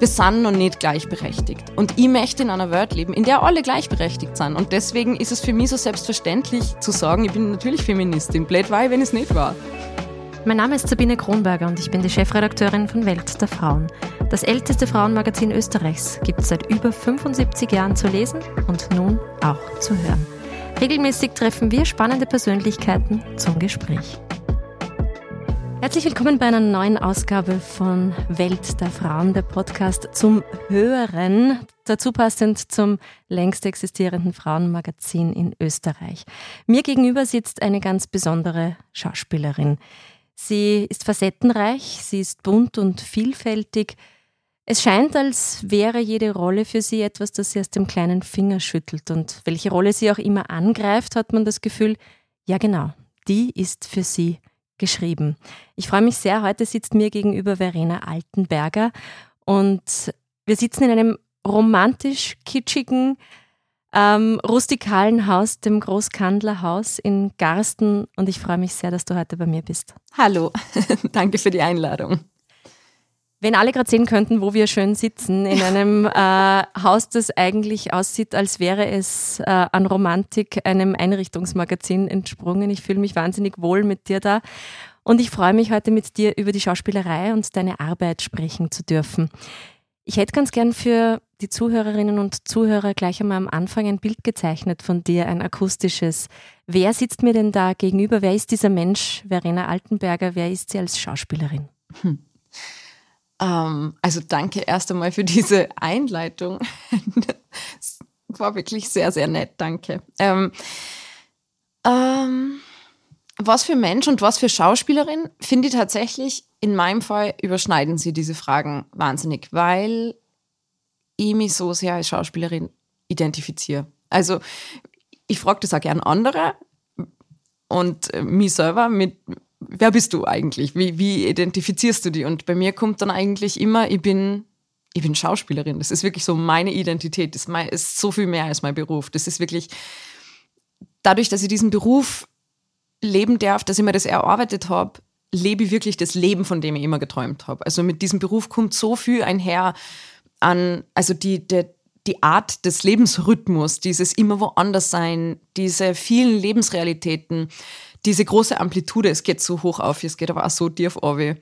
wir sind noch nicht gleichberechtigt. Und ich möchte in einer Welt leben, in der alle gleichberechtigt sind. Und deswegen ist es für mich so selbstverständlich zu sagen, ich bin natürlich Feministin. Blöd war ich, wenn ich es nicht war. Mein Name ist Sabine Kronberger und ich bin die Chefredakteurin von Welt der Frauen. Das älteste Frauenmagazin Österreichs gibt es seit über 75 Jahren zu lesen und nun auch zu hören. Regelmäßig treffen wir spannende Persönlichkeiten zum Gespräch. Herzlich willkommen bei einer neuen Ausgabe von Welt der Frauen, der Podcast zum Hören, dazu passend zum längst existierenden Frauenmagazin in Österreich. Mir gegenüber sitzt eine ganz besondere Schauspielerin. Sie ist facettenreich, sie ist bunt und vielfältig. Es scheint, als wäre jede Rolle für sie etwas, das sie aus dem kleinen Finger schüttelt. Und welche Rolle sie auch immer angreift, hat man das Gefühl, ja genau, die ist für sie geschrieben. Ich freue mich sehr, heute sitzt mir gegenüber Verena Altenberger und wir sitzen in einem romantisch kitschigen, rustikalen Haus, dem Großkandlerhaus in Garsten, und ich freue mich sehr, dass du heute bei mir bist. Hallo, danke für die Einladung. Wenn alle gerade sehen könnten, wo wir schön sitzen, in einem Haus, das eigentlich aussieht, als wäre es an Romantik einem Einrichtungsmagazin entsprungen. Ich fühle mich wahnsinnig wohl mit dir da und ich freue mich, heute mit dir über die Schauspielerei und deine Arbeit sprechen zu dürfen. Ich hätte ganz gern für die Zuhörerinnen und Zuhörer gleich einmal am Anfang ein Bild gezeichnet von dir, ein akustisches. Wer sitzt mir denn da gegenüber? Wer ist dieser Mensch, Verena Altenberger? Wer ist sie als Schauspielerin? Also danke erst einmal für diese Einleitung. Das war wirklich sehr, sehr nett, danke. Was für Mensch und was für Schauspielerin, finde ich tatsächlich, in meinem Fall überschneiden sie diese Fragen wahnsinnig, weil ich mich so sehr als Schauspielerin identifiziere. Also ich frage das auch gern andere und mich selber mit: Wer bist du eigentlich? Wie identifizierst du dich? Und bei mir kommt dann eigentlich immer, ich bin Schauspielerin. Das ist wirklich so meine Identität. Das ist so viel mehr als mein Beruf. Das ist wirklich, dadurch, dass ich diesen Beruf leben darf, dass ich mir das erarbeitet habe, lebe ich wirklich das Leben, von dem ich immer geträumt habe. Also mit diesem Beruf kommt so viel einher an, also die Art des Lebensrhythmus, dieses immer woanders sein, diese vielen Lebensrealitäten, diese große Amplitude, es geht so hoch auf, es geht aber auch so tief runter.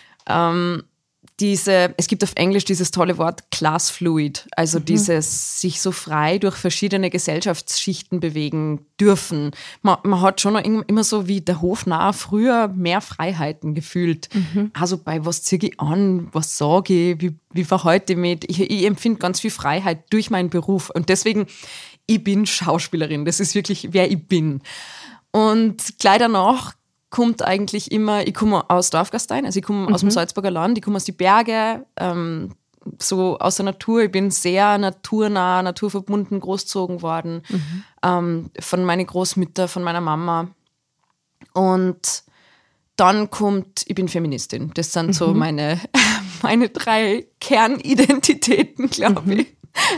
Es gibt auf Englisch dieses tolle Wort Class Fluid, also dieses sich so frei durch verschiedene Gesellschaftsschichten bewegen dürfen. Man hat schon noch immer so wie der Hofnarr früher mehr Freiheiten gefühlt. Also bei was ziehe ich an, was sage ich, wie verhalte ich mich. Ich empfinde ganz viel Freiheit durch meinen Beruf und deswegen, ich bin Schauspielerin, das ist wirklich, wer ich bin. Und gleich danach kommt eigentlich immer, ich komme aus Dorfgastein, also ich komme aus dem Salzburger Land, ich komme aus den Bergen, so aus der Natur. Ich bin sehr naturnah, naturverbunden großgezogen worden, von meinen Großmüttern, von meiner Mama. Und dann kommt, ich bin Feministin. Das sind so meine 3 Kernidentitäten, glaube ich.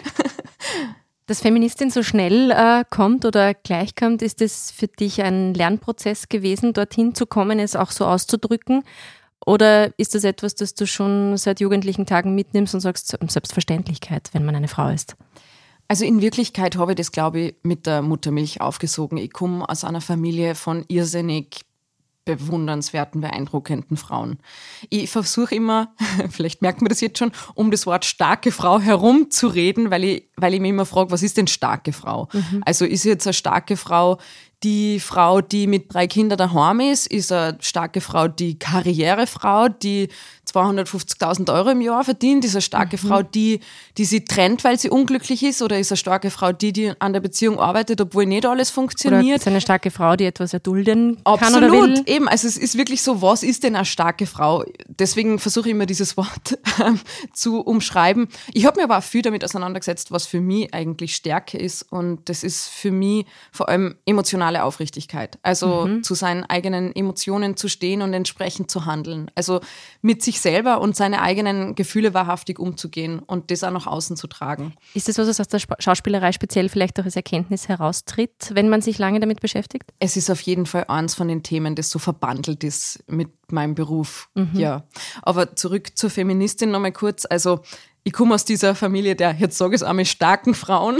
Dass Feministin so schnell kommt oder gleichkommt, ist es für dich ein Lernprozess gewesen, dorthin zu kommen, es auch so auszudrücken? Oder ist das etwas, das du schon seit jugendlichen Tagen mitnimmst und sagst, Selbstverständlichkeit, wenn man eine Frau ist? Also in Wirklichkeit habe ich das, glaube ich, mit der Muttermilch aufgesogen. Ich komme aus einer Familie von irrsinnig bewundernswerten, beeindruckenden Frauen. Ich versuche immer, vielleicht merkt man das jetzt schon, um das Wort starke Frau herumzureden, weil ich mich immer frage, was ist denn starke Frau? Also ist jetzt eine starke Frau die Frau, die mit 3 Kindern daheim ist eine starke Frau, die Karrierefrau, die 250.000 Euro im Jahr verdient, ist eine starke Frau, die sich trennt, weil sie unglücklich ist, oder ist eine starke Frau, die an der Beziehung arbeitet, obwohl nicht alles funktioniert. Oder ist eine starke Frau, die etwas erdulden kann Absolut, oder will. Eben. Also es ist wirklich so, was ist denn eine starke Frau? Deswegen versuche ich immer dieses Wort zu umschreiben. Ich habe mir aber auch viel damit auseinandergesetzt, was für mich eigentlich Stärke ist, und das ist für mich vor allem emotionale Aufrichtigkeit. Also zu seinen eigenen Emotionen zu stehen und entsprechend zu handeln. Also mit sich selber und seine eigenen Gefühle wahrhaftig umzugehen und das auch nach außen zu tragen. Ist das, was aus der Schauspielerei speziell vielleicht auch als Erkenntnis heraustritt, wenn man sich lange damit beschäftigt? Es ist auf jeden Fall eins von den Themen, das so verbandelt ist mit meinem Beruf. Ja. Aber zurück zur Feministin nochmal kurz. Also ich komme aus dieser Familie der, jetzt sage ich es einmal, starken Frauen,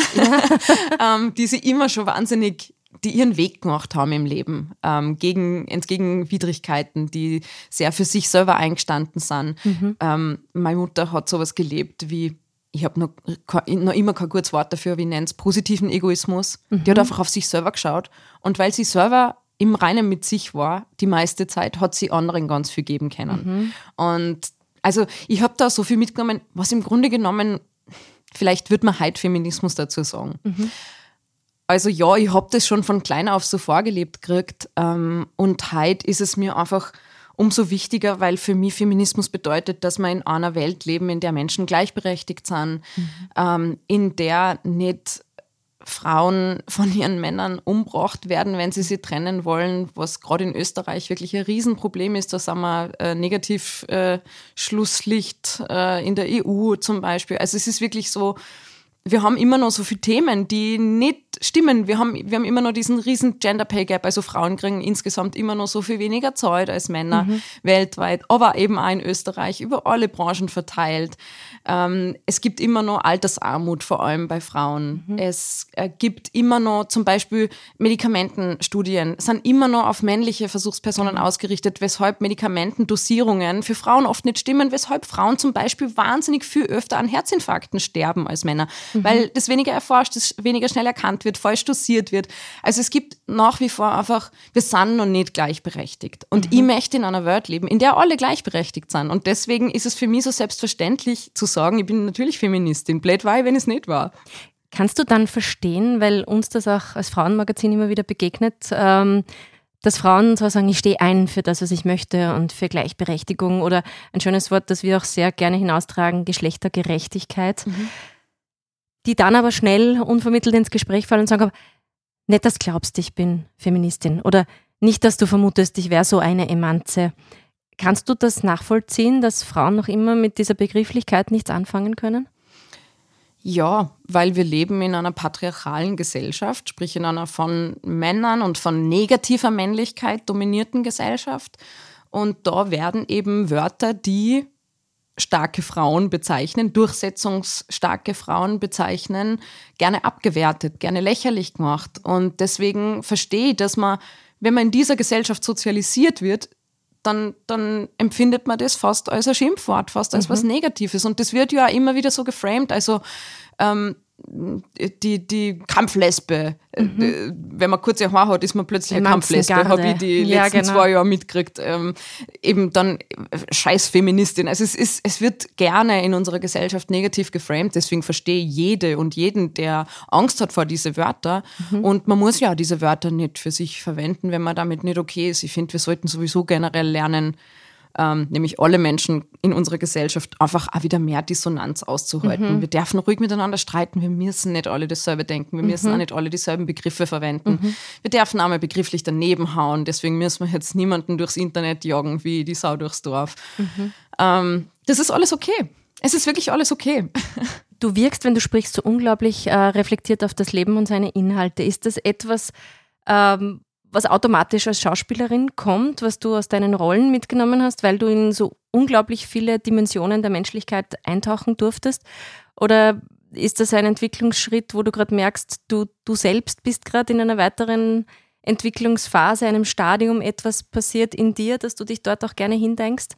die sie immer schon wahnsinnig, die ihren Weg gemacht haben im Leben, entgegen Widrigkeiten, die sehr für sich selber eingestanden sind. Meine Mutter hat sowas gelebt wie, ich habe noch immer kein gutes Wort dafür, wie ich nenne es, positiven Egoismus. Die hat einfach auf sich selber geschaut. Und weil sie selber im Reinen mit sich war, die meiste Zeit, hat sie anderen ganz viel geben können. Und also ich habe da so viel mitgenommen, was im Grunde genommen, vielleicht wird man heute Feminismus dazu sagen. Also ja, ich habe das schon von klein auf so vorgelebt gekriegt. Und heute ist es mir einfach umso wichtiger, weil für mich Feminismus bedeutet, dass wir in einer Welt leben, in der Menschen gleichberechtigt sind, in der nicht Frauen von ihren Männern umgebracht werden, wenn sie trennen wollen, was gerade in Österreich wirklich ein Riesenproblem ist. Da sind wir negativ Schlusslicht in der EU zum Beispiel. Also es ist wirklich so, wir haben immer noch so viele Themen, die nicht stimmen. Wir haben immer noch diesen riesen Gender Pay Gap. Also Frauen kriegen insgesamt immer noch so viel weniger Zeit als Männer weltweit, aber eben auch in Österreich über alle Branchen verteilt. Es gibt immer noch Altersarmut, vor allem bei Frauen. Es gibt immer noch zum Beispiel Medikamentenstudien, sind immer noch auf männliche Versuchspersonen ausgerichtet, weshalb Medikamentendosierungen für Frauen oft nicht stimmen, weshalb Frauen zum Beispiel wahnsinnig viel öfter an Herzinfarkten sterben als Männer, weil das weniger erforscht ist, weniger schnell erkannt wird, falsch dosiert wird. Also es gibt nach wie vor einfach, wir sind noch nicht gleichberechtigt. Und ich möchte in einer Welt leben, in der alle gleichberechtigt sind. Und deswegen ist es für mich so selbstverständlich zu sagen, ich bin natürlich Feministin. Blöd war ich, wenn es nicht war. Kannst du dann verstehen, weil uns das auch als Frauenmagazin immer wieder begegnet, dass Frauen zwar sagen, ich stehe ein für das, was ich möchte und für Gleichberechtigung oder ein schönes Wort, das wir auch sehr gerne hinaustragen, Geschlechtergerechtigkeit, die dann aber schnell unvermittelt ins Gespräch fallen und sagen, nicht, dass du glaubst, ich bin Feministin oder nicht, dass du vermutest, ich wäre so eine Emanze. Kannst du das nachvollziehen, dass Frauen noch immer mit dieser Begrifflichkeit nichts anfangen können? Ja, weil wir leben in einer patriarchalen Gesellschaft, sprich in einer von Männern und von negativer Männlichkeit dominierten Gesellschaft. Und da werden eben Wörter, die starke Frauen bezeichnen, durchsetzungsstarke Frauen bezeichnen, gerne abgewertet, gerne lächerlich gemacht. Und deswegen verstehe ich, dass man, wenn man in dieser Gesellschaft sozialisiert wird, dann empfindet man das fast als ein Schimpfwort, fast als was Negatives. Und das wird ja auch immer wieder so geframed. Also die Kampflesbe, wenn man kurze Haare hat, ist man plötzlich eine Kampflesbe. Habe ich die letzten 2 Jahre mitgekriegt. Eben dann scheiß Feministin. Also es wird gerne in unserer Gesellschaft negativ geframed. Deswegen verstehe ich jede und jeden, der Angst hat vor diese Wörter. Und man muss ja diese Wörter nicht für sich verwenden, wenn man damit nicht okay ist. Ich finde, wir sollten sowieso generell lernen, nämlich alle Menschen in unserer Gesellschaft einfach auch wieder mehr Dissonanz auszuhalten. Wir dürfen ruhig miteinander streiten, wir müssen nicht alle dasselbe denken, wir müssen auch nicht alle dieselben Begriffe verwenden. Wir dürfen auch mal begrifflich daneben hauen, deswegen müssen wir jetzt niemanden durchs Internet jagen wie die Sau durchs Dorf. Das ist alles okay. Es ist wirklich alles okay. Du wirkst, wenn du sprichst, so unglaublich reflektiert auf das Leben und seine Inhalte. Ist das etwas, was automatisch als Schauspielerin kommt, was du aus deinen Rollen mitgenommen hast, weil du in so unglaublich viele Dimensionen der Menschlichkeit eintauchen durftest? Oder ist das ein Entwicklungsschritt, wo du gerade merkst, du selbst bist gerade in einer weiteren Entwicklungsphase, einem Stadium, etwas passiert in dir, dass du dich dort auch gerne hindenkst?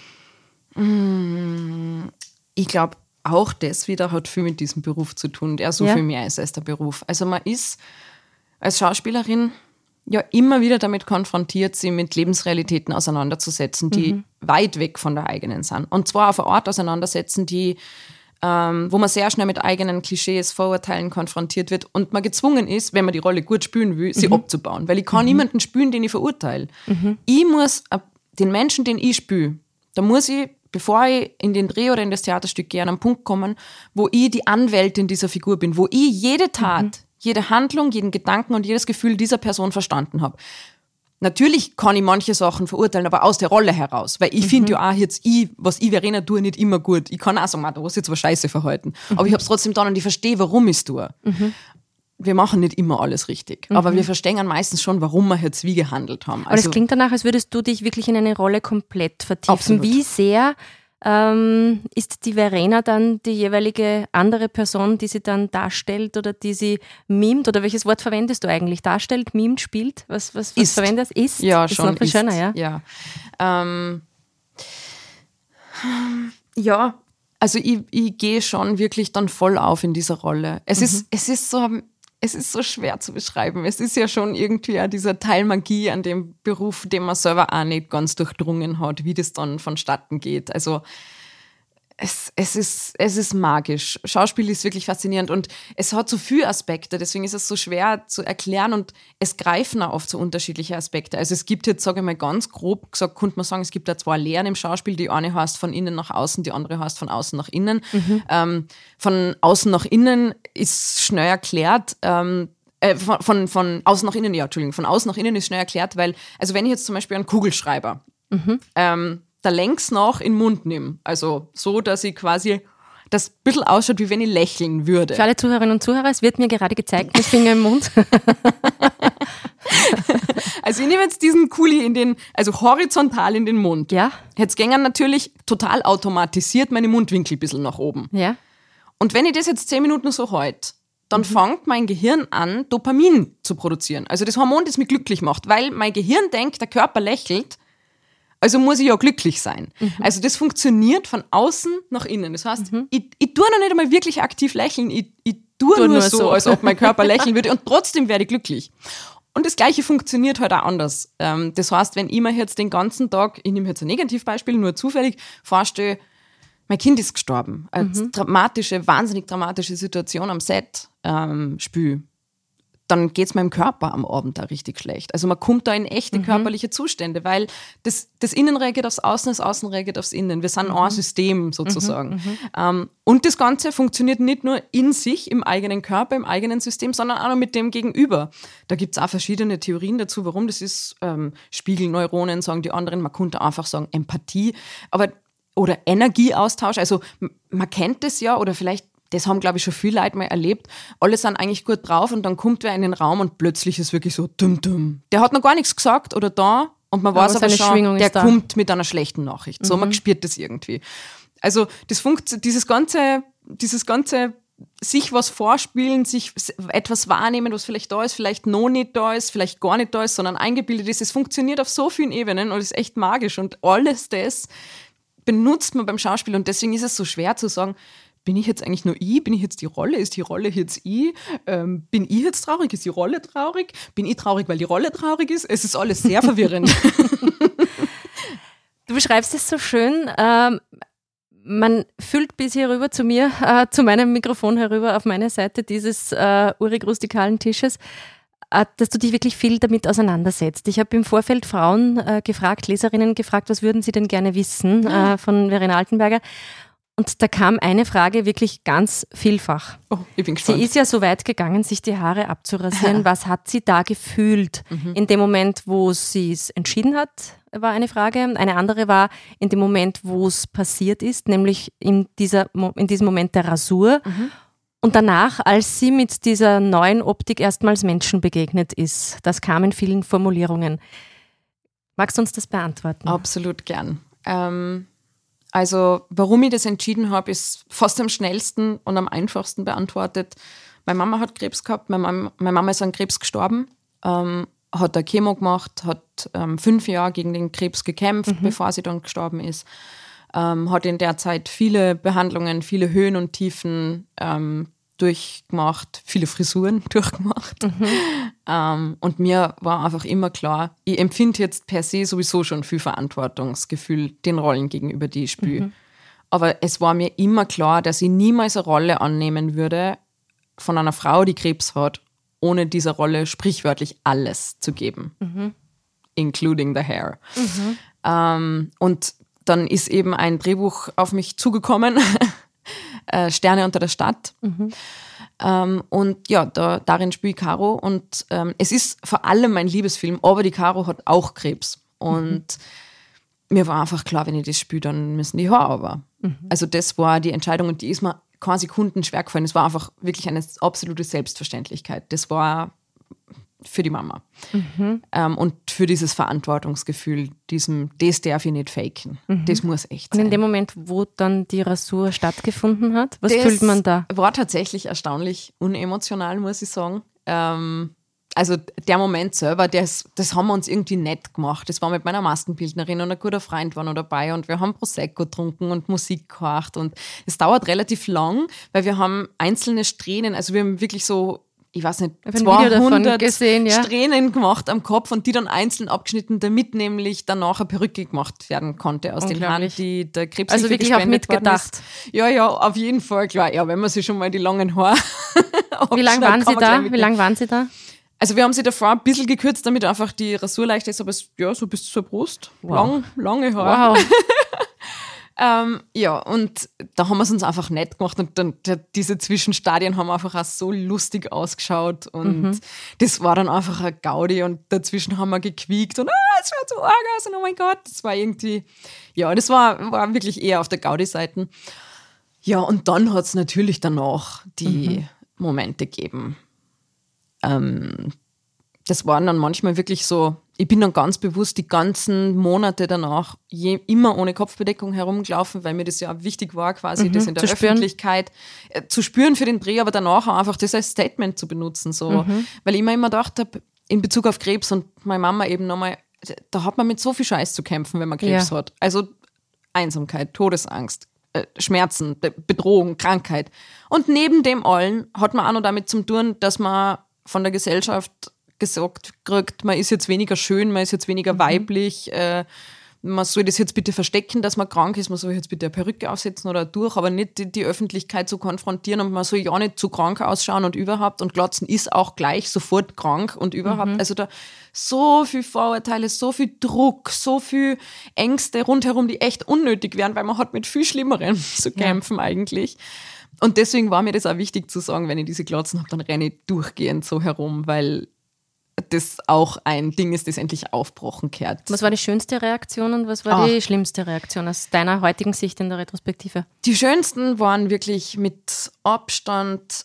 Ich glaube, auch das wieder hat viel mit diesem Beruf zu tun, der so viel mehr ist als der Beruf. Also man ist als Schauspielerin ja immer wieder damit konfrontiert, sich mit Lebensrealitäten auseinanderzusetzen, die weit weg von der eigenen sind. Und zwar auf einer Art auseinandersetzen, die, wo man sehr schnell mit eigenen Klischees, Vorurteilen konfrontiert wird und man gezwungen ist, wenn man die Rolle gut spielen will, sie abzubauen. Weil ich kann niemanden spielen, den ich verurteile. Ich muss den Menschen, den ich spiele, da muss ich, bevor ich in den Dreh oder in das Theaterstück gehe, an einen Punkt kommen, wo ich die Anwältin dieser Figur bin, wo ich jede Tat, jede Handlung, jeden Gedanken und jedes Gefühl dieser Person verstanden habe. Natürlich kann ich manche Sachen verurteilen, aber aus der Rolle heraus. Weil ich finde ja auch jetzt, was ich Verena tue, nicht immer gut. Ich kann auch sagen, da hast du jetzt was Scheiße verhalten. Aber ich habe es trotzdem dann und ich verstehe, warum ich es tue. Wir machen nicht immer alles richtig. Aber wir verstehen meistens schon, warum wir jetzt wie gehandelt haben. Aber das klingt danach, als würdest du dich wirklich in eine Rolle komplett vertiefen. Absolut. Wie sehr ist die Verena dann die jeweilige andere Person, die sie dann darstellt oder die sie mimt? Oder welches Wort verwendest du eigentlich? Darstellt, mimt, spielt? Was verwendest du? Ist? Ja, ist schon. Noch viel schöner, ja? Ja, also ich gehe schon wirklich dann voll auf in dieser Rolle. Es ist so schwer zu beschreiben. Es ist ja schon irgendwie auch dieser Teil Magie an dem Beruf, den man selber auch nicht ganz durchdrungen hat, wie das dann vonstatten geht. Also es ist magisch. Schauspiel ist wirklich faszinierend und es hat so viele Aspekte, deswegen ist es so schwer zu erklären und es greifen auch oft so unterschiedliche Aspekte. Also es gibt jetzt, sage ich mal ganz grob gesagt, könnte man sagen, es gibt da 2 Lehren im Schauspiel. Die eine heißt von innen nach außen, die andere heißt von außen nach innen. Von außen nach innen ist schnell erklärt, von außen nach innen, ja, Entschuldigung, von außen nach innen ist schnell erklärt, weil, also wenn ich jetzt zum Beispiel einen Kugelschreiber da längs nach in den Mund nehme. Also so, dass ich quasi das ein bisschen ausschaut, wie wenn ich lächeln würde. Für alle Zuhörerinnen und Zuhörer, es wird mir gerade gezeigt mit Finger im Mund. Also ich nehme jetzt diesen Kuli also horizontal in den Mund. Ja. Jetzt gingen natürlich total automatisiert meine Mundwinkel ein bisschen nach oben. Ja. Und wenn ich das jetzt 10 Minuten so halte, dann fängt mein Gehirn an, Dopamin zu produzieren. Also das Hormon, das mich glücklich macht, weil mein Gehirn denkt, der Körper lächelt, also muss ich ja glücklich sein. Also das funktioniert von außen nach innen. Das heißt, ich tue noch nicht einmal wirklich aktiv lächeln, ich tue nur so, als ob mein Körper lächeln würde und trotzdem werde ich glücklich. Und das Gleiche funktioniert halt auch anders. Das heißt, wenn ich mir jetzt den ganzen Tag, ich nehme jetzt ein Negativbeispiel, nur zufällig, vorstelle, mein Kind ist gestorben, eine wahnsinnig dramatische Situation am Set spiele, dann geht es meinem Körper am Abend da richtig schlecht. Also man kommt da in echte körperliche Zustände, weil das Innen reagiert aufs Außen, das Außen reagiert aufs Innen. Wir sind ein System sozusagen. Und das Ganze funktioniert nicht nur in sich, im eigenen Körper, im eigenen System, sondern auch noch mit dem Gegenüber. Da gibt es auch verschiedene Theorien dazu, warum das ist. Spiegelneuronen sagen die anderen, man könnte einfach sagen Empathie, oder Energieaustausch. Also man kennt das ja, oder vielleicht das haben, glaube ich, schon viele Leute mal erlebt. Alle sind eigentlich gut drauf und dann kommt wer in den Raum und plötzlich ist wirklich so dumm. Der hat noch gar nichts gesagt oder da und man weiß aber schon, der kommt mit einer schlechten Nachricht. So, man spürt das irgendwie. Also dieses ganze sich was vorspielen, sich etwas wahrnehmen, was vielleicht da ist, vielleicht noch nicht da ist, vielleicht gar nicht da ist, sondern eingebildet ist. Es funktioniert auf so vielen Ebenen und ist echt magisch und alles das benutzt man beim Schauspiel und deswegen ist es so schwer zu sagen, bin ich jetzt eigentlich nur ich? Bin ich jetzt die Rolle? Ist die Rolle jetzt ich? Bin ich jetzt traurig? Ist die Rolle traurig? Bin ich traurig, weil die Rolle traurig ist? Es ist alles sehr verwirrend. Du beschreibst es so schön. Man fühlt bis hier rüber zu mir, zu meinem Mikrofon herüber auf meine Seite dieses urig rustikalen Tisches, dass du dich wirklich viel damit auseinandersetzt. Ich habe im Vorfeld Frauen gefragt, Leserinnen gefragt, was würden sie denn gerne wissen von Verena Altenberger. Und da kam eine Frage wirklich ganz vielfach. Oh, ich bin gespannt. Sie ist ja so weit gegangen, sich die Haare abzurasieren. Was hat sie da gefühlt? In dem Moment, wo sie es entschieden hat, war eine Frage. Eine andere war in dem Moment, wo es passiert ist, nämlich in diesem Moment der Rasur. Und danach, als sie mit dieser neuen Optik erstmals Menschen begegnet ist. Das kam in vielen Formulierungen. Magst du uns das beantworten? Absolut gern. Also, warum ich das entschieden habe, ist fast am schnellsten und am einfachsten beantwortet. Meine Mama hat Krebs gehabt, meine Mama ist an Krebs gestorben, hat eine Chemo gemacht, hat 5 Jahre gegen den Krebs gekämpft, bevor sie dann gestorben ist. Hat in der Zeit viele Behandlungen, viele Höhen und Tiefen durchgemacht, viele Frisuren durchgemacht. Und mir war einfach immer klar, ich empfinde jetzt per se sowieso schon viel Verantwortungsgefühl den Rollen gegenüber, die ich spiele. Aber es war mir immer klar, dass ich niemals eine Rolle annehmen würde von einer Frau, die Krebs hat, ohne dieser Rolle sprichwörtlich alles zu geben. Including the hair. Und dann ist eben ein Drehbuch auf mich zugekommen, Sterne unter der Stadt. Und ja, darin spiele ich Caro und es ist vor allem mein Liebesfilm, aber die Caro hat auch Krebs. Und mir war einfach klar, wenn ich das spiele, dann müssen die Haare aber. Also das war die Entscheidung und die ist mir kein Sekunden schwer gefallen. Es war einfach wirklich eine absolute Selbstverständlichkeit. Das war für die Mama. Und für dieses Verantwortungsgefühl, das darf ich nicht faken. Das muss echt sein. Und in dem Moment, wo dann die Rasur stattgefunden hat, was fühlt man da? War tatsächlich erstaunlich unemotional, muss ich sagen. Also der Moment selber, das haben wir uns irgendwie nett gemacht. Das war mit meiner Maskenbildnerin und ein guter Freund war noch dabei und wir haben Prosecco getrunken und Musik gehört und es dauert relativ lang, weil wir haben einzelne Strähnen, also wir haben wirklich so, ich weiß nicht, 200 gesehen, ja. Strähnen gemacht am Kopf und die dann einzeln abgeschnitten, damit nämlich danach eine Perücke gemacht werden konnte aus den Haaren, die der Krebshilfe also wirklich auch mitgedacht. Ja, auf jeden Fall, klar. Ja, wenn man sich schon mal die langen Haare Wie lang waren Sie da? Also wir haben sie davor ein bisschen gekürzt, damit einfach die Rasur leicht ist, aber so bis zur Brust. Wow. Lange Haare. Wow. Ja, und da haben wir es uns einfach nett gemacht und dann diese Zwischenstadien haben einfach auch so lustig ausgeschaut und das war dann einfach ein Gaudi und dazwischen haben wir gequiekt und es schaut so arg aus und oh mein Gott, das war irgendwie, ja, das war wirklich eher auf der Gaudi-Seite. Ja, und dann hat es natürlich danach die Momente gegeben. Das waren dann manchmal wirklich so, ich bin dann ganz bewusst die ganzen Monate danach immer ohne Kopfbedeckung herumgelaufen, weil mir das ja wichtig war, quasi das in der Öffentlichkeit zu spüren für den Dreh, aber danach auch einfach das als Statement zu benutzen. So. Weil ich mir immer gedacht habe, in Bezug auf Krebs und meine Mama eben nochmal, da hat man mit so viel Scheiß zu kämpfen, wenn man Krebs hat. Also Einsamkeit, Todesangst, Schmerzen, Bedrohung, Krankheit. Und neben dem allen hat man auch noch damit zu tun, dass man von der Gesellschaft gesagt kriegt, man ist jetzt weniger schön, man ist jetzt weniger weiblich, man soll das jetzt bitte verstecken, dass man krank ist, man soll jetzt bitte eine Perücke aufsetzen oder durch, aber nicht die Öffentlichkeit zu konfrontieren und man soll ja nicht zu krank ausschauen und überhaupt und Glotzen ist auch gleich sofort krank und überhaupt, also da so viel Vorurteile, so viel Druck, so viel Ängste rundherum, die echt unnötig wären, weil man hat mit viel Schlimmerem zu kämpfen eigentlich. Und deswegen war mir das auch wichtig zu sagen, wenn ich diese Glotzen habe, dann renne ich durchgehend so herum, weil das auch ein Ding ist, das endlich aufbrochen kehrt. Was war die schönste Reaktion und was war die schlimmste Reaktion aus deiner heutigen Sicht in der Retrospektive? Die schönsten waren wirklich mit Abstand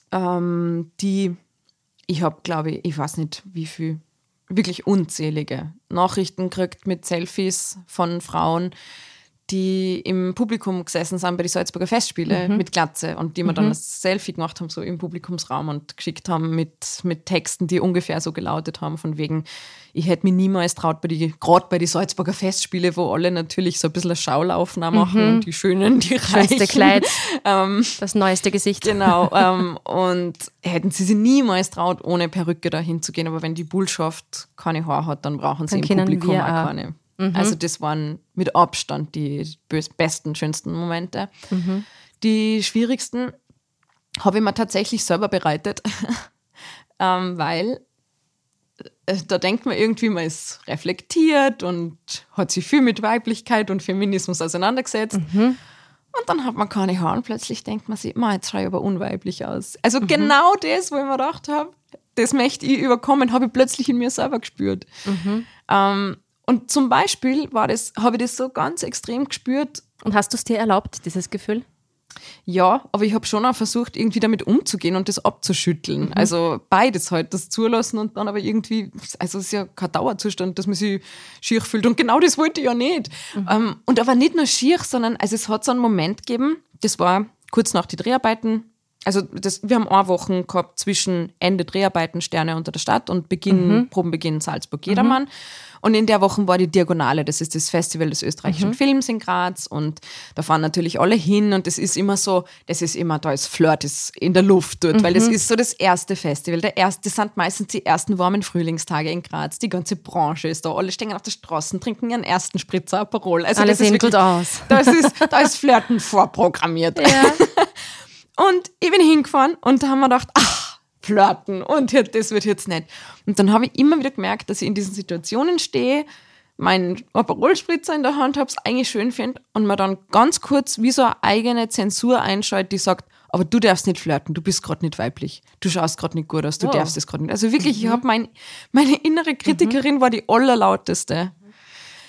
ich habe, glaube ich weiß nicht wie viel, wirklich unzählige Nachrichten gekriegt mit Selfies von Frauen, die im Publikum gesessen sind bei den Salzburger Festspiele mit Glatze und die mir dann das Selfie gemacht haben, so im Publikumsraum und geschickt haben mit Texten, die ungefähr so gelautet haben, von wegen, ich hätte mich niemals traut, gerade bei den Salzburger Festspiele, wo alle natürlich so ein bisschen ein Schaulaufen machen und die Schönen, die Reichen. Schönste Kleid, das neueste Gesicht. Genau, und hätten sie sich niemals traut, ohne Perücke da hinzugehen, aber wenn die Bullschaft keine Haare hat, dann brauchen sie dann im Publikum auch keine. Also das waren mit Abstand die besten, schönsten Momente. Die schwierigsten habe ich mir tatsächlich selber bereitet, weil da denkt man irgendwie, man ist reflektiert und hat sich viel mit Weiblichkeit und Feminismus auseinandergesetzt. Und dann hat man keine Haare und plötzlich denkt man sich, jetzt schaue ich aber unweiblich aus. Also genau das, wo ich mir gedacht habe, das möchte ich überkommen, habe ich plötzlich in mir selber gespürt. Und zum Beispiel habe ich das so ganz extrem gespürt. Und hast du es dir erlaubt, dieses Gefühl? Ja, aber ich habe schon auch versucht, irgendwie damit umzugehen und das abzuschütteln. Also beides halt, das zulassen und dann aber irgendwie, also es ist ja kein Dauerzustand, dass man sich schier fühlt. Und genau das wollte ich ja nicht. Und aber nicht nur schier, sondern also es hat so einen Moment gegeben, das war kurz nach den Dreharbeiten. Also wir haben 1 Woche gehabt zwischen Ende Dreharbeiten Sterne unter der Stadt und Probenbeginn Salzburg Jedermann. Und in der Woche war die Diagonale, das ist das Festival des österreichischen Films in Graz und da fahren natürlich alle hin und das ist immer so, da ist Flirt in der Luft dort, weil das ist so das erste Festival, das sind meistens die ersten warmen Frühlingstage in Graz, die ganze Branche ist da, alle stehen auf der Straße, trinken ihren ersten Spritzer Aperol. Also alle das sehen ist wirklich, gut aus. Da ist Flirten vorprogrammiert. Ja. Und ich bin hingefahren und da haben wir gedacht, Flirten und das wird jetzt nicht. Und dann habe ich immer wieder gemerkt, dass ich in diesen Situationen stehe, meinen Aperol-Spritzer in der Hand habe, es eigentlich schön finde und man dann ganz kurz wie so eine eigene Zensur einschaltet, die sagt, aber du darfst nicht flirten, du bist gerade nicht weiblich, du schaust gerade nicht gut aus, du darfst das gerade nicht. Also wirklich, ich habe meine innere Kritikerin war die allerlauteste.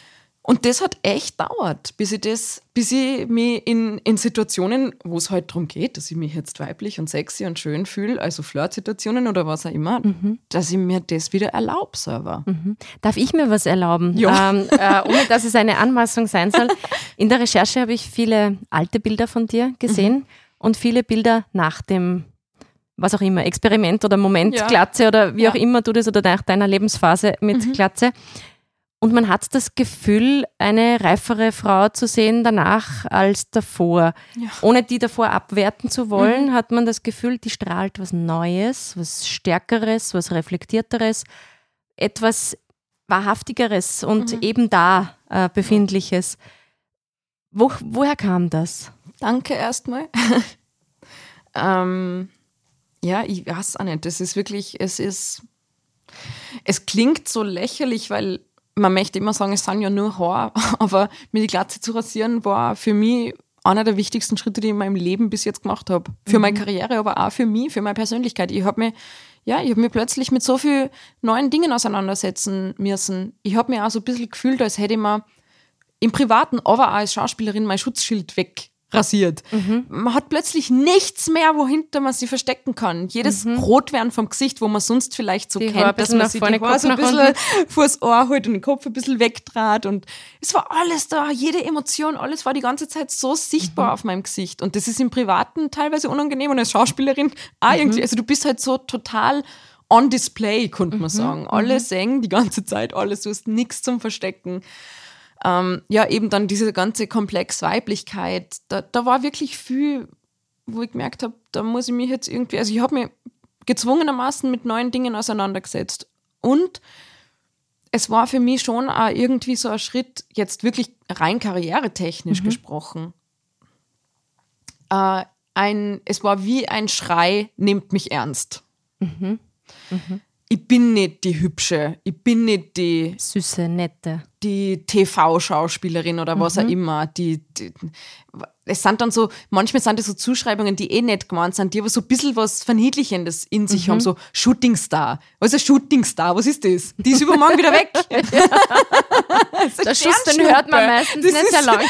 Und das hat echt dauert, bis ich mich in Situationen, wo es halt darum geht, dass ich mich jetzt weiblich und sexy und schön fühle, also Flirtsituationen oder was auch immer, dass ich mir das wieder erlaube selber. Darf ich mir was erlauben? Ja. Ohne dass es eine Anmaßung sein soll. In der Recherche habe ich viele alte Bilder von dir gesehen und viele Bilder nach dem, was auch immer, Experiment oder Moment, Glatze oder wie auch immer du das oder nach deiner Lebensphase mit Glatze. Und man hat das Gefühl, eine reifere Frau zu sehen danach als davor. Ja. Ohne die davor abwerten zu wollen, hat man das Gefühl, die strahlt was Neues, was Stärkeres, was Reflektierteres, etwas Wahrhaftigeres und eben da Befindliches. Woher kam das? Danke erstmal. Ich weiß auch nicht. Das ist wirklich, es klingt so lächerlich, weil man möchte immer sagen, es sind ja nur Haare, aber mir die Glatze zu rasieren war für mich einer der wichtigsten Schritte, die ich in meinem Leben bis jetzt gemacht habe. Für meine Karriere, aber auch für mich, für meine Persönlichkeit. Ich habe mich plötzlich mit so vielen neuen Dingen auseinandersetzen müssen. Ich habe mir auch so ein bisschen gefühlt, als hätte ich mir im Privaten, aber auch als Schauspielerin mein Schutzschild wegrasiert. Man hat plötzlich nichts mehr, wohinter man sich verstecken kann. Jedes Rotwerden vom Gesicht, wo man sonst vielleicht so kennt, dass man sich die Haare so ein bisschen vors Ohr holt und den Kopf ein bisschen wegdraht. Und es war alles da, jede Emotion, alles war die ganze Zeit so sichtbar auf meinem Gesicht. Und das ist im Privaten teilweise unangenehm und als Schauspielerin auch irgendwie. Also du bist halt so total on display, könnte man sagen. Alle singen die ganze Zeit, alles, du hast nichts zum Verstecken. Eben dann diese ganze Komplex-Weiblichkeit, da war wirklich viel, wo ich gemerkt habe, da muss ich mich jetzt irgendwie, also ich habe mich gezwungenermaßen mit neuen Dingen auseinandergesetzt. Und es war für mich schon auch irgendwie so ein Schritt, jetzt wirklich rein karrieretechnisch gesprochen. Es war wie ein Schrei, nehmt mich ernst. Ich bin nicht die Hübsche, ich bin nicht die süße, nette, die TV-Schauspielerin oder was auch immer. Es sind dann so, manchmal sind das so Zuschreibungen, die nicht gemeint sind, die aber so ein bisschen was Verniedlichendes in sich haben, so Shootingstar. Was ist ein Shootingstar? Was ist das? Die ist übermorgen wieder weg. Der Schuss, den hört man meistens das nicht sehr lang.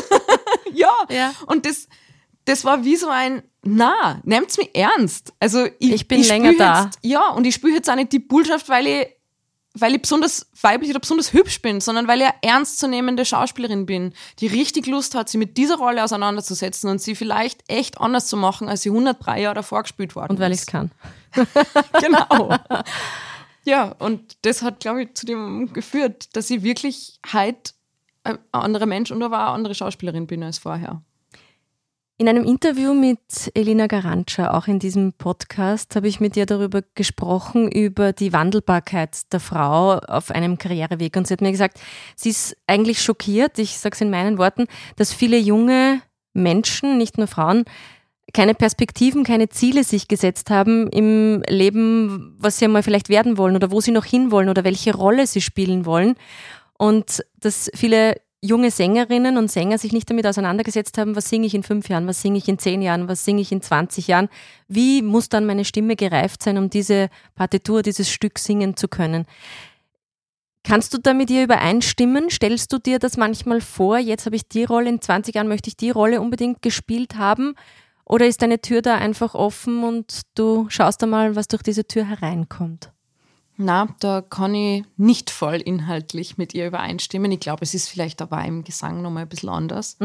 Ja, und das war wie so ein, nehmt's mich ernst. Also ich bin länger da. Und ich spiele jetzt auch nicht die Bullschaft, weil ich besonders weiblich oder besonders hübsch bin, sondern weil ich eine ernstzunehmende Schauspielerin bin, die richtig Lust hat, sich mit dieser Rolle auseinanderzusetzen und sie vielleicht echt anders zu machen, als sie 103 Jahre davor gespielt worden ist. Und weil ich es kann. Genau. Ja, und das hat, glaube ich, zu dem geführt, dass ich wirklich heute ein anderer Mensch und aber auch eine andere Schauspielerin bin als vorher. In einem Interview mit Elina Garantscha, auch in diesem Podcast, habe ich mit ihr darüber gesprochen, über die Wandelbarkeit der Frau auf einem Karriereweg. Und sie hat mir gesagt, sie ist eigentlich schockiert, ich sage es in meinen Worten, dass viele junge Menschen, nicht nur Frauen, keine Perspektiven, keine Ziele sich gesetzt haben im Leben, was sie einmal vielleicht werden wollen oder wo sie noch hinwollen oder welche Rolle sie spielen wollen. Und dass viele junge Sängerinnen und Sänger sich nicht damit auseinandergesetzt haben, was singe ich in 5 Jahren, was singe ich in 10 Jahren, was singe ich in 20 Jahren, wie muss dann meine Stimme gereift sein, um diese Partitur, dieses Stück singen zu können. Kannst du da mit ihr übereinstimmen? Stellst du dir das manchmal vor, jetzt habe ich die Rolle, in 20 Jahren möchte ich die Rolle unbedingt gespielt haben? Oder ist deine Tür da einfach offen und du schaust einmal, was durch diese Tür hereinkommt? Da kann ich nicht voll inhaltlich mit ihr übereinstimmen. Ich glaube, es ist vielleicht aber im Gesang nochmal ein bisschen anders.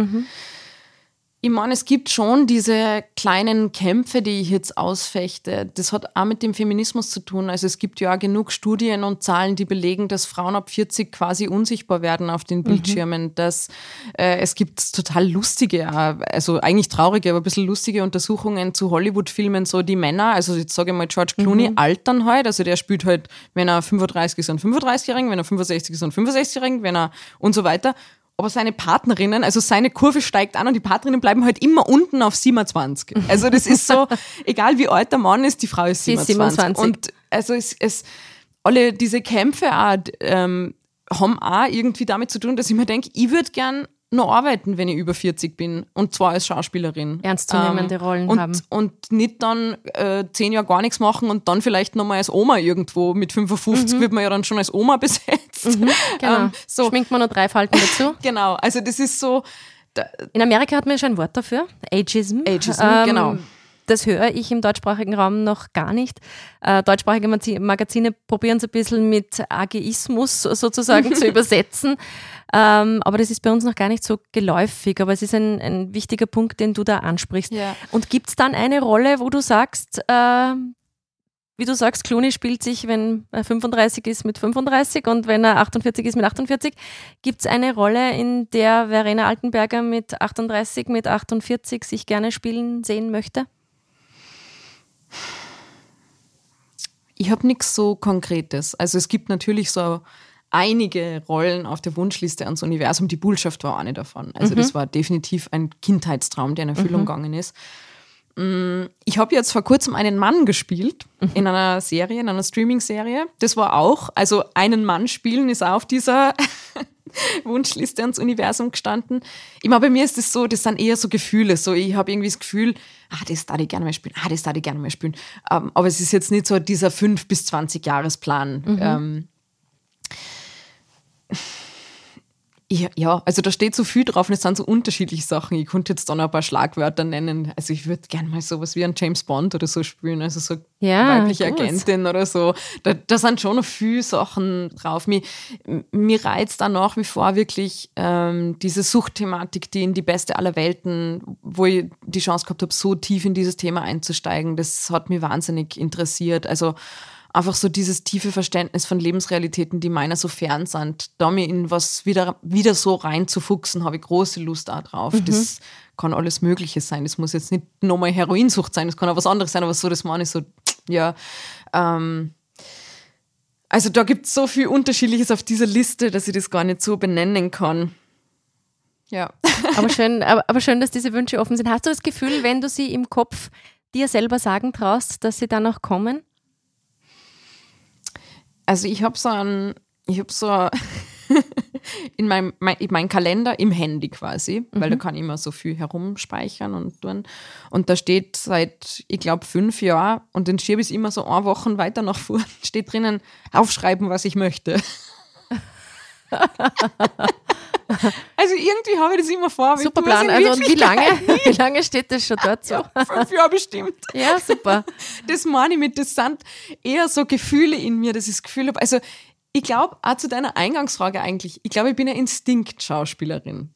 Ich meine, es gibt schon diese kleinen Kämpfe, die ich jetzt ausfechte. Das hat auch mit dem Feminismus zu tun. Also es gibt ja auch genug Studien und Zahlen, die belegen, dass Frauen ab 40 quasi unsichtbar werden auf den Bildschirmen. Es gibt total lustige, also eigentlich traurige, aber ein bisschen lustige Untersuchungen zu Hollywood-Filmen, so die Männer, also jetzt sage ich mal George Clooney, altern halt. Also der spielt halt, wenn er 35 ist, einen 35-Jährigen, wenn er 65 ist, einen 65-Jährigen, wenn er und so weiter. Aber seine Partnerinnen, also seine Kurve steigt an und die Partnerinnen bleiben halt immer unten auf 27. Also das ist so, egal wie alt der Mann ist, die Frau ist 27. Und also alle diese Kämpfe auch, haben auch irgendwie damit zu tun, dass ich mir denke, ich würde gern noch arbeiten, wenn ich über 40 bin und zwar als Schauspielerin. Ernstzunehmende Rollen haben. Und nicht dann 10 Jahre gar nichts machen und dann vielleicht nochmal als Oma irgendwo. Mit 55 wird man ja dann schon als Oma besetzt. Genau. Schminkt man noch 3 Falten dazu. Genau, also das ist so... In Amerika hat man ja schon ein Wort dafür, Ageism. Genau. Das höre ich im deutschsprachigen Raum noch gar nicht. Deutschsprachige Magazine probieren es ein bisschen mit Ageismus sozusagen zu übersetzen. Aber das ist bei uns noch gar nicht so geläufig. Aber es ist ein wichtiger Punkt, den du da ansprichst. Ja. Und gibt es dann eine Rolle, wo du sagst, wie du sagst, Clooney spielt sich, wenn er 35 ist, mit 35 und wenn er 48 ist, mit 48. Gibt es eine Rolle, in der Verena Altenberger mit 38, mit 48 sich gerne spielen sehen möchte? Ich habe nichts so Konkretes. Also es gibt natürlich so einige Rollen auf der Wunschliste ans Universum. Die Bullschaft war eine davon. Also das war definitiv ein Kindheitstraum, der in Erfüllung gegangen ist. Ich habe jetzt vor kurzem einen Mann gespielt in einer Serie, in einer Streaming-Serie. Das war auch, also einen Mann spielen ist auch auf dieser Wunschliste ans Universum gestanden. Immer bei mir ist es so, das sind eher so Gefühle. So, ich habe irgendwie das Gefühl, das darf ich gerne mal spielen, das darf ich gerne mal spielen. Aber es ist jetzt nicht so dieser 5- bis 20-Jahres-Plan. Ja, also da steht so viel drauf und es sind so unterschiedliche Sachen. Ich konnte jetzt dann ein paar Schlagwörter nennen. Also ich würde gerne mal sowas wie einen James Bond oder so spielen, also so weibliche Agentin oder so. Da sind schon noch viele Sachen drauf. Mir reizt da nach wie vor wirklich diese Suchtthematik, die in die beste aller Welten, wo ich die Chance gehabt habe, so tief in dieses Thema einzusteigen. Das hat mich wahnsinnig interessiert. Also einfach so dieses tiefe Verständnis von Lebensrealitäten, die meiner so fern sind, da mir in was wieder so reinzufuchsen, habe ich große Lust auch drauf. Das kann alles Mögliche sein. Das muss jetzt nicht nochmal Heroinsucht sein, das kann auch was anderes sein, aber so, das meine ich so, ja. Also da gibt es so viel Unterschiedliches auf dieser Liste, dass ich das gar nicht so benennen kann. Ja. Aber schön, dass diese Wünsche offen sind. Hast du das Gefühl, wenn du sie im Kopf dir selber sagen traust, dass sie dann auch kommen? Also ich habe so in meinem Kalender im Handy quasi, weil da kann ich immer so viel herumspeichern und tun. Und da steht seit, ich glaube, 5 Jahren, und den schiebe ich immer so 1 Woche weiter nach vorne, steht drinnen, aufschreiben, was ich möchte. Also irgendwie habe ich das immer vor. Super Plan. Also und wie lange steht das schon dort so? Ja, 5 Jahre bestimmt. Ja, super. Das meine ich mit, das sind eher so Gefühle in mir, dass ich das Gefühl habe. Also ich glaube, auch zu deiner Eingangsfrage eigentlich, ich glaube, ich bin eine Instinkt-Schauspielerin.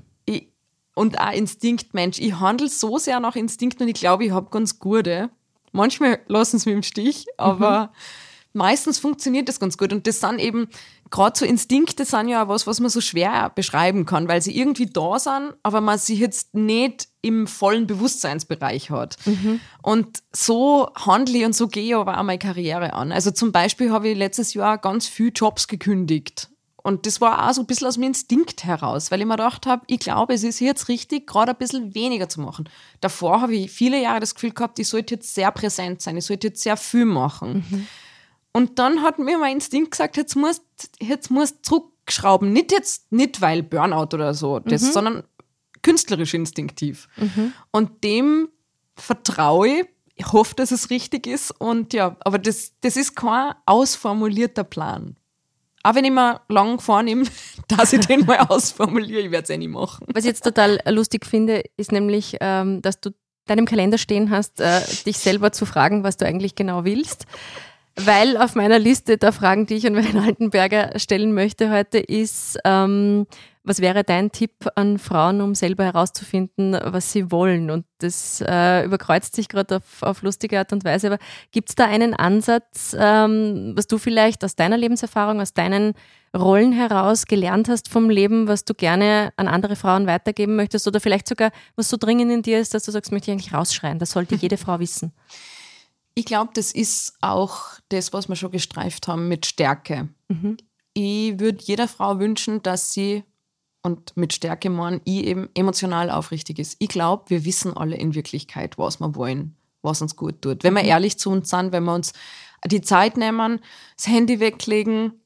Und auch Instinktmensch. Ich handle so sehr nach Instinkt und ich glaube, ich habe ganz gute. Manchmal lassen sie mich im Stich, aber meistens funktioniert das ganz gut. Und das sind eben, gerade so Instinkte sind ja auch was man so schwer beschreiben kann, weil sie irgendwie da sind, aber man sie jetzt nicht im vollen Bewusstseinsbereich hat. Und so handle ich und so gehe ich aber auch meine Karriere an. Also zum Beispiel habe ich letztes Jahr ganz viele Jobs gekündigt. Und das war auch so ein bisschen aus dem Instinkt heraus, weil ich mir gedacht habe, ich glaube, es ist jetzt richtig, gerade ein bisschen weniger zu machen. Davor habe ich viele Jahre das Gefühl gehabt, ich sollte jetzt sehr präsent sein, ich sollte jetzt sehr viel machen. Und dann hat mir mein Instinkt gesagt, jetzt musst zurückschrauben. Nicht weil Burnout oder so, sondern künstlerisch instinktiv. Und dem vertraue ich hoffe, dass es richtig ist. Und ja, aber das ist kein ausformulierter Plan. Auch wenn ich mir lang vornehme, dass ich den mal ausformuliere, ich werde es eh nicht machen. Was ich jetzt total lustig finde, ist nämlich, dass du deinem Kalender stehen hast, dich selber zu fragen, was du eigentlich genau willst. Weil auf meiner Liste der Fragen, die ich an Verena Altenberger stellen möchte heute, ist, was wäre dein Tipp an Frauen, um selber herauszufinden, was sie wollen? Und das überkreuzt sich gerade auf lustige Art und Weise. Aber gibt es da einen Ansatz, was du vielleicht aus deiner Lebenserfahrung, aus deinen Rollen heraus gelernt hast vom Leben, was du gerne an andere Frauen weitergeben möchtest? Oder vielleicht sogar, was so dringend in dir ist, dass du sagst, möchte ich eigentlich rausschreien. Das sollte jede Frau wissen. Ich glaube, das ist auch das, was wir schon gestreift haben mit Stärke. Ich würde jeder Frau wünschen, dass sie, und mit Stärke meine ich eben, emotional aufrichtig ist. Ich glaube, wir wissen alle in Wirklichkeit, was wir wollen, was uns gut tut. Wenn wir ehrlich zu uns sind, wenn wir uns die Zeit nehmen, das Handy weglegen,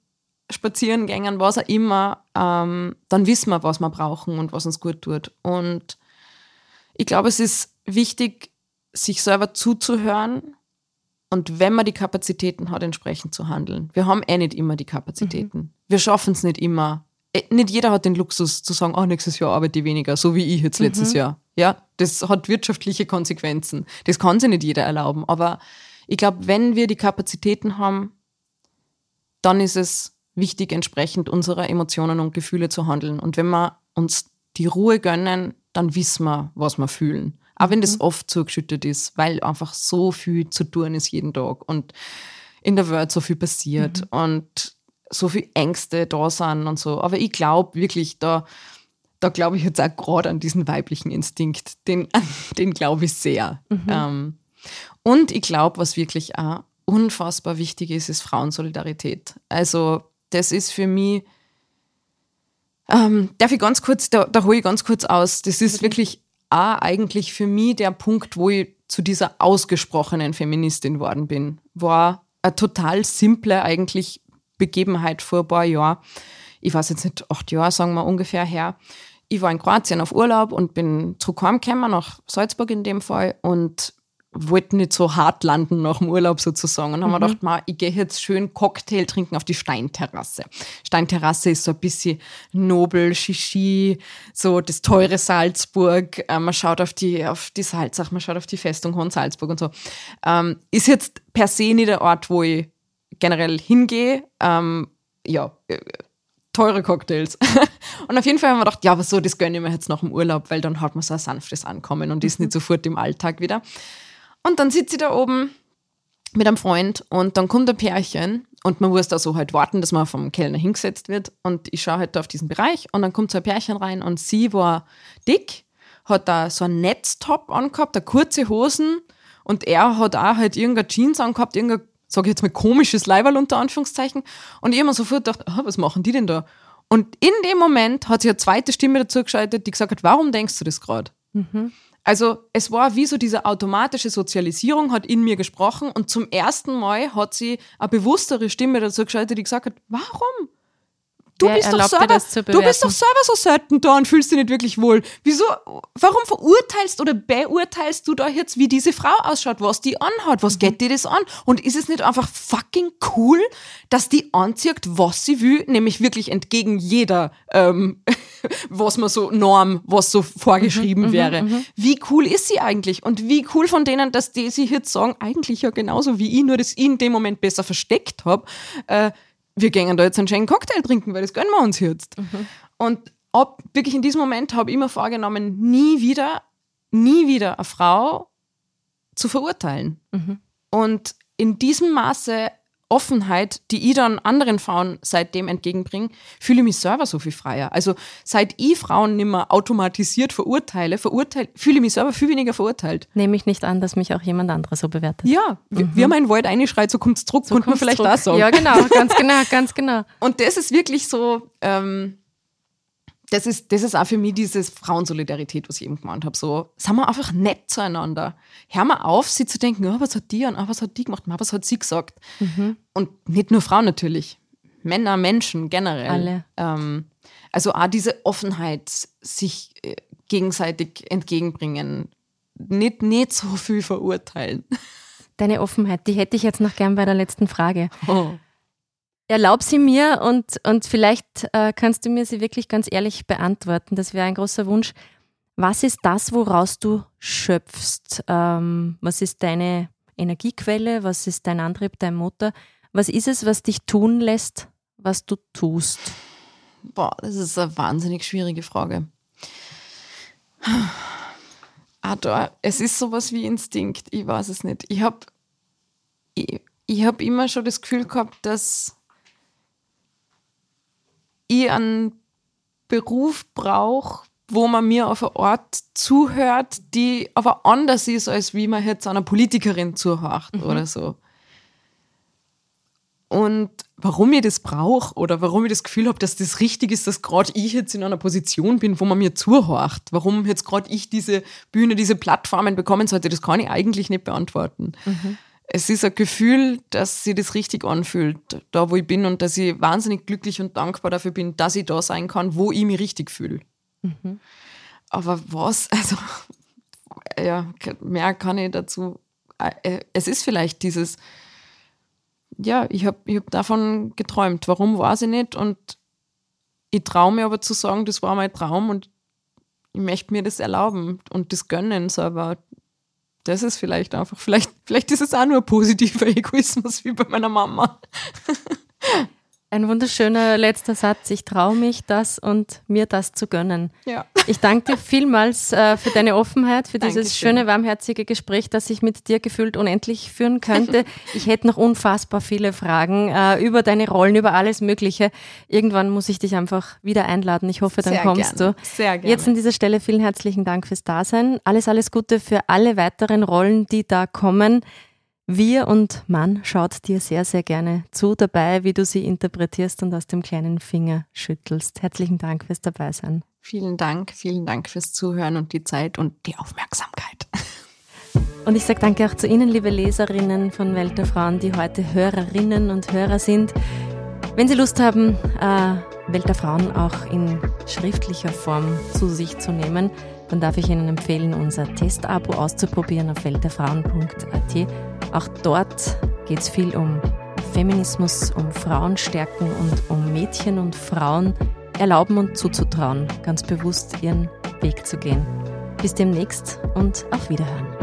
Spazierengängen, was auch immer, dann wissen wir, was wir brauchen und was uns gut tut. Und ich glaube, es ist wichtig, sich selber zuzuhören und wenn man die Kapazitäten hat, entsprechend zu handeln. Wir haben nicht immer die Kapazitäten. Wir schaffen es nicht immer. Nicht jeder hat den Luxus zu sagen, nächstes Jahr arbeite ich weniger, so wie ich jetzt letztes Jahr. Ja, das hat wirtschaftliche Konsequenzen. Das kann sich nicht jeder erlauben. Aber ich glaube, wenn wir die Kapazitäten haben, dann ist es wichtig, entsprechend unserer Emotionen und Gefühle zu handeln. Und wenn wir uns die Ruhe gönnen, dann wissen wir, was wir fühlen. Auch wenn das oft zugeschüttet ist, weil einfach so viel zu tun ist jeden Tag und in der Welt so viel passiert und so viele Ängste da sind und so. Aber ich glaube wirklich, da glaube ich jetzt auch gerade an diesen weiblichen Instinkt. Den glaube ich sehr. Und ich glaube, was wirklich auch unfassbar wichtig ist Frauensolidarität. Also das ist für mich, darf ich ganz kurz, da hole ich ganz kurz aus, das ist wirklich auch eigentlich für mich der Punkt, wo ich zu dieser ausgesprochenen Feministin geworden bin. War eine total simple eigentlich Begebenheit vor ein paar Jahren. Ich weiß jetzt nicht, 8 Jahre, sagen wir ungefähr her. Ich war in Kroatien auf Urlaub und bin zurück heimgekommen, nach Salzburg in dem Fall, und wollte nicht so hart landen nach dem Urlaub sozusagen. Und haben wir gedacht, ich gehe jetzt schön Cocktail trinken auf die Steinterrasse. Steinterrasse ist so ein bisschen nobel, Shishi, so das teure Salzburg. Man schaut auf die Salzach, man schaut auf die Festung Hohensalzburg und so. Ist jetzt per se nicht der Ort, wo ich generell hingehe. Teure Cocktails. Und auf jeden Fall haben wir gedacht, aber so, das gönne ich mir jetzt nach dem Urlaub, weil dann hat man so ein sanftes Ankommen und ist nicht sofort im Alltag wieder. Und dann sitze ich da oben mit einem Freund und dann kommt ein Pärchen und man muss da so halt warten, dass man vom Kellner hingesetzt wird, und ich schaue halt da auf diesen Bereich und dann kommt so ein Pärchen rein und sie war dick, hat da so einen Netztop angehabt, da kurze Hosen, und er hat auch halt irgendeine Jeans angehabt, irgendein, sag ich jetzt mal, komisches Leiberl unter Anführungszeichen, und ich habe mir sofort gedacht, was machen die denn da? Und in dem Moment hat sie eine zweite Stimme dazu geschaltet, die gesagt hat, warum denkst du das gerade? Also es war wie so diese automatische Sozialisierung hat in mir gesprochen, und zum ersten Mal hat sie eine bewusstere Stimme dazu geschaltet, die gesagt hat, warum? Du bist doch selber so selten da und fühlst dich nicht wirklich wohl. Wieso? Warum verurteilst oder beurteilst du da jetzt, wie diese Frau ausschaut, was die anhat? Was geht dir das an? Und ist es nicht einfach fucking cool, dass die anzieht, was sie will, nämlich wirklich entgegen jeder, was man so Norm, was so vorgeschrieben wäre. Wie cool ist sie eigentlich? Und wie cool von denen, dass die sich jetzt sagen, eigentlich ja genauso wie ich, nur dass ich in dem Moment besser versteckt habe, wir gehen da jetzt einen schönen Cocktail trinken, weil das gönnen wir uns jetzt. Und wirklich in diesem Moment habe ich mir vorgenommen, nie wieder eine Frau zu verurteilen. Und in diesem Maße Offenheit, die ich dann anderen Frauen seitdem entgegenbringe, fühle ich mich selber so viel freier. Also seit ich Frauen nicht mehr automatisiert verurteile, fühle ich mich selber viel weniger verurteilt. Nehme ich nicht an, dass mich auch jemand anderes so bewertet. Ja, wie man in den Wald reinschreit, so kommt es zurück, könnte man vielleicht auch sagen. Ja, genau, ganz genau. Und das ist wirklich so, das ist auch für mich diese Frauensolidarität, was ich eben gemeint habe. So, sind wir einfach nett zueinander. Hör mal auf, sie zu denken, was hat die an, was hat die gemacht, was hat sie gesagt. Und nicht nur Frauen natürlich, Männer, Menschen generell. Alle. Also auch diese Offenheit, sich gegenseitig entgegenbringen, nicht so viel verurteilen. Deine Offenheit, die hätte ich jetzt noch gern bei der letzten Frage. Erlaub sie mir und vielleicht kannst du mir sie wirklich ganz ehrlich beantworten. Das wäre ein großer Wunsch. Was ist das, woraus du schöpfst? Was ist deine Energiequelle? Was ist dein Antrieb, dein Motor? Was ist es, was dich tun lässt, was du tust? Boah, das ist eine wahnsinnig schwierige Frage. Es ist sowas wie Instinkt. Ich weiß es nicht. Ich hab immer schon das Gefühl gehabt, dass ich einen Beruf brauche, wo man mir auf eine Art zuhört, die aber anders ist, als wie man jetzt einer Politikerin zuhört oder so. Und warum ich das brauche oder warum ich das Gefühl habe, dass das richtig ist, dass gerade ich jetzt in einer Position bin, wo man mir zuhört, warum jetzt gerade ich diese Bühne, diese Plattformen bekommen sollte, das kann ich eigentlich nicht beantworten. es ist ein Gefühl, dass sich das richtig anfühlt, da wo ich bin und dass ich wahnsinnig glücklich und dankbar dafür bin, dass ich da sein kann, wo ich mich richtig fühle. Mhm. Aber was, also ja, mehr kann ich dazu, es ist vielleicht dieses, ja, ich hab davon geträumt, warum weiß ich nicht und ich traue mir aber zu sagen, das war mein Traum und ich möchte mir das erlauben und das gönnen selber. Das ist vielleicht einfach, vielleicht ist es auch nur ein positiver Egoismus wie bei meiner Mama. Ein wunderschöner letzter Satz. Ich traue mich, das und mir das zu gönnen. Ja. Ich danke dir vielmals für deine Offenheit, für dieses Dankeschön. schöne, warmherzige Gespräch, das ich mit dir gefühlt unendlich führen könnte. Ich hätte noch unfassbar viele Fragen über deine Rollen, über alles Mögliche. Irgendwann muss ich dich einfach wieder einladen. Ich hoffe, dann kommst du. Sehr gerne. Jetzt an dieser Stelle vielen herzlichen Dank fürs Dasein. Alles Gute für alle weiteren Rollen, die da kommen. Wir und Mann schaut dir sehr, sehr gerne zu dabei, wie du sie interpretierst und aus dem kleinen Finger schüttelst. Herzlichen Dank fürs Dabeisein. Vielen Dank fürs Zuhören und die Zeit und die Aufmerksamkeit. Und ich sage danke auch zu Ihnen, liebe Leserinnen von Welt der Frauen, die heute Hörerinnen und Hörer sind. Wenn Sie Lust haben, Welt der Frauen auch in schriftlicher Form zu sich zu nehmen, dann darf ich Ihnen empfehlen, unser Testabo auszuprobieren auf weltderfrauen.at. Auch dort geht es viel um Feminismus, um Frauenstärken und um Mädchen und Frauen erlauben und zuzutrauen, ganz bewusst ihren Weg zu gehen. Bis demnächst und auf Wiederhören.